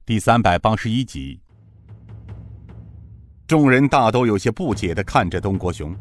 第381集。众人大都有些不解地看着东国雄。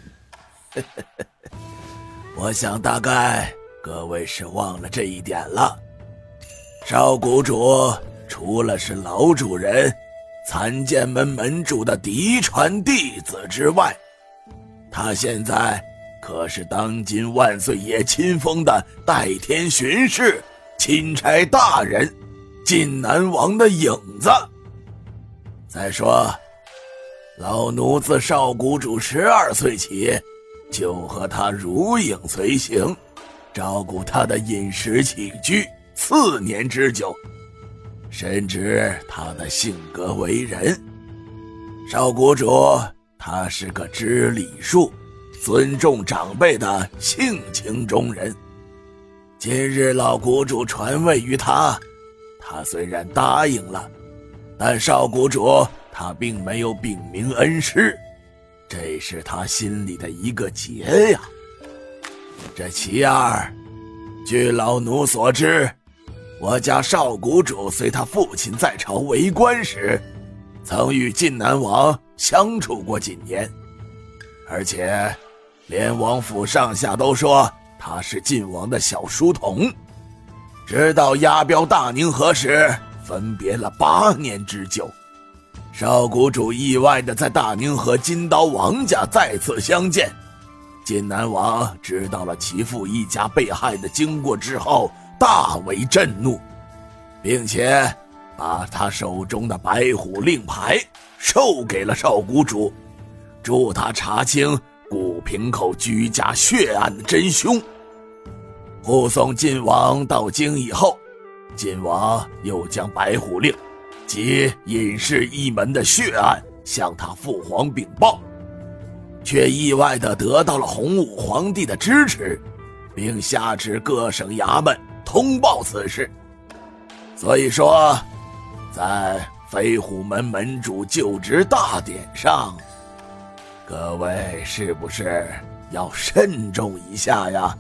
我想大概各位是忘了这一点了。少谷主除了是老主人参见门门主的嫡传弟子之外，他现在可是当今万岁爷亲封的代天巡视、钦差大人、晋南王的影子。再说老奴自少谷主12岁起，就和他如影随形，照顾他的饮食起居4年之久，深知他的性格为人。少谷主他是个知礼数、尊重长辈的性情中人。今日老谷主传位于他，他虽然答应了，但少谷主他并没有禀明恩师，这是他心里的一个结呀。这其二，据老奴所知，我家少谷主随他父亲在朝为官时，曾与晋南王相处过几年，而且连王府上下都说他是晋王的小书童，直到押镖大宁河时分别了8年之久。少谷主意外地在大宁河金刀王家再次相见，晋南王知道了其父一家被害的经过之后，大为震怒，并且把他手中的白虎令牌授给了少谷主，助他查清古平口居家血案的真凶。护送晋王到京以后，晋王又将白虎令及隐士一门的血案向他父皇禀报，却意外地得到了洪武皇帝的支持，并下旨各省衙门通报此事。所以说，在飞虎门门主就职大典上，各位是不是要慎重一下呀？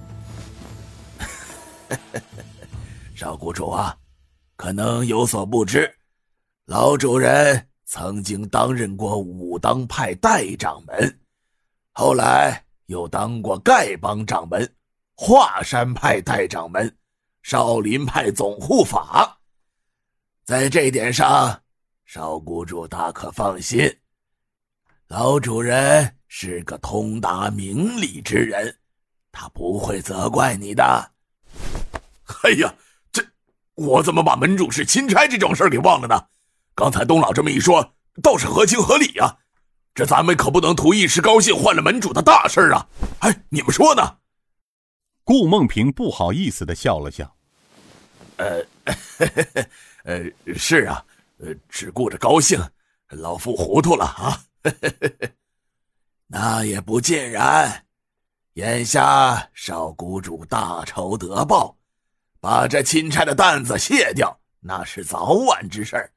少谷主啊，可能有所不知，老主人曾经担任过武当派代掌门，后来又当过丐帮掌门、华山派代掌门、少林派总护法。在这点上，少谷主大可放心，老主人是个通达明理之人，他不会责怪你的。 哎呀，我怎么把门主是钦差这种事给忘了呢？刚才东老这么一说，倒是合情合理呀。这咱们可不能图一时高兴换了门主的大事啊！哎，你们说呢？ 顾梦平不好意思地笑了笑。 是啊，只顾着高兴，老夫糊涂了啊。 那也不尽然，眼下少谷主大仇得报，把这钦差的担子卸掉，那是早晚之事。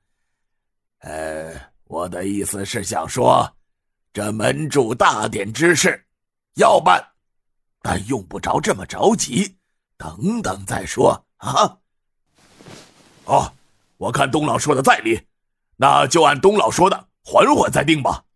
我的意思是想说，这门主大典之事要办，但用不着这么着急，等等再说啊。 哦，我看东老说的在理，那就按东老说的缓缓再定吧。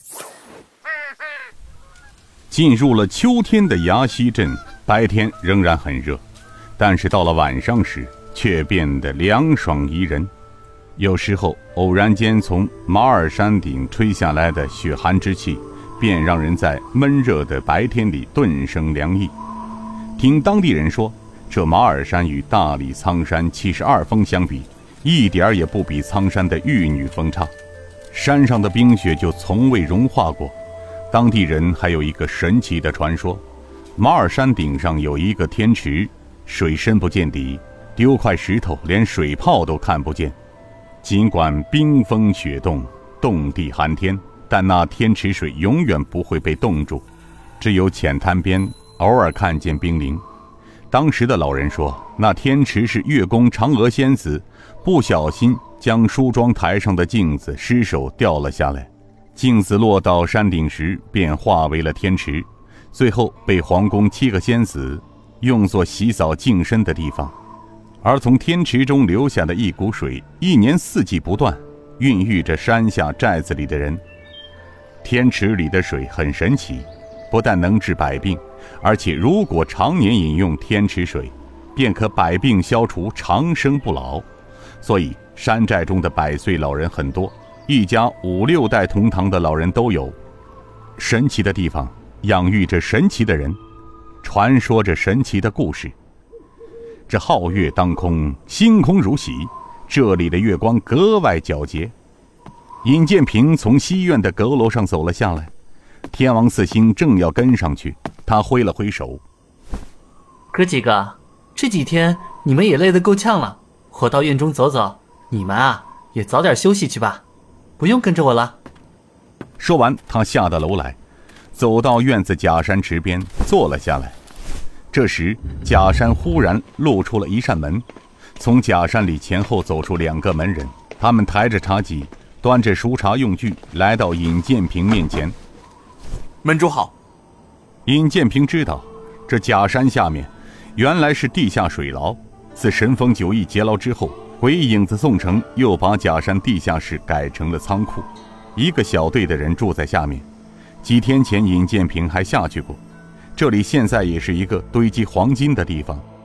进入了秋天的崖西镇，白天仍然很热，但是到了晚上时却变得凉爽宜人。有时候偶然间从马尔山顶吹下来的雪寒之气，便让人在闷热的白天里顿生凉意。听当地人说，这马尔山与大理苍山72峰相比，一点也不比苍山的玉女峰差，山上的冰雪就从未融化过。当地人还有一个神奇的传说，马尔山顶上有一个天池，水深不见底，丢块石头连水泡都看不见。尽管冰封雪冻，冻地寒天，但那天池水永远不会被冻住，只有浅滩边偶尔看见冰凌。当时的老人说，那天池是月宫嫦娥仙子不小心将梳妆台上的镜子失手掉了下来，镜子落到山顶时便化为了天池，最后被皇宫7个仙子用作洗澡净身的地方。 而从天池中流下的一股水，一年四季不断，孕育着山下寨子里的人。天池里的水很神奇，不但能治百病，而且如果常年饮用天池水，便可百病消除，长生不老。所以山寨中的100岁老人很多，一家5、6代同堂的老人都有。神奇的地方养育着神奇的人，传说着神奇的故事。这皓月当空，星空如洗，这里的月光格外皎洁。尹建平从西院的阁楼上走了下来，天王四星正要跟上去，他挥了挥手： 哥几个，这几天你们也累得够呛了，我到院中走走，你们啊也早点休息去吧，不用跟着我了。 说完，他下到楼来，走到院子假山池边坐了下来。这时假山忽然露出了一扇门，从假山里前后走出2个门人，他们抬着茶几，端着熟茶用具来到尹建平面前。 门主好。 尹建平知道这假山下面原来是地下水牢，自神风9役劫牢之后，鬼影子宋城又把假山地下室改成了仓库，一个小队的人住在下面。几天前尹建平还下去过，这里现在也是一个堆积黄金的地方，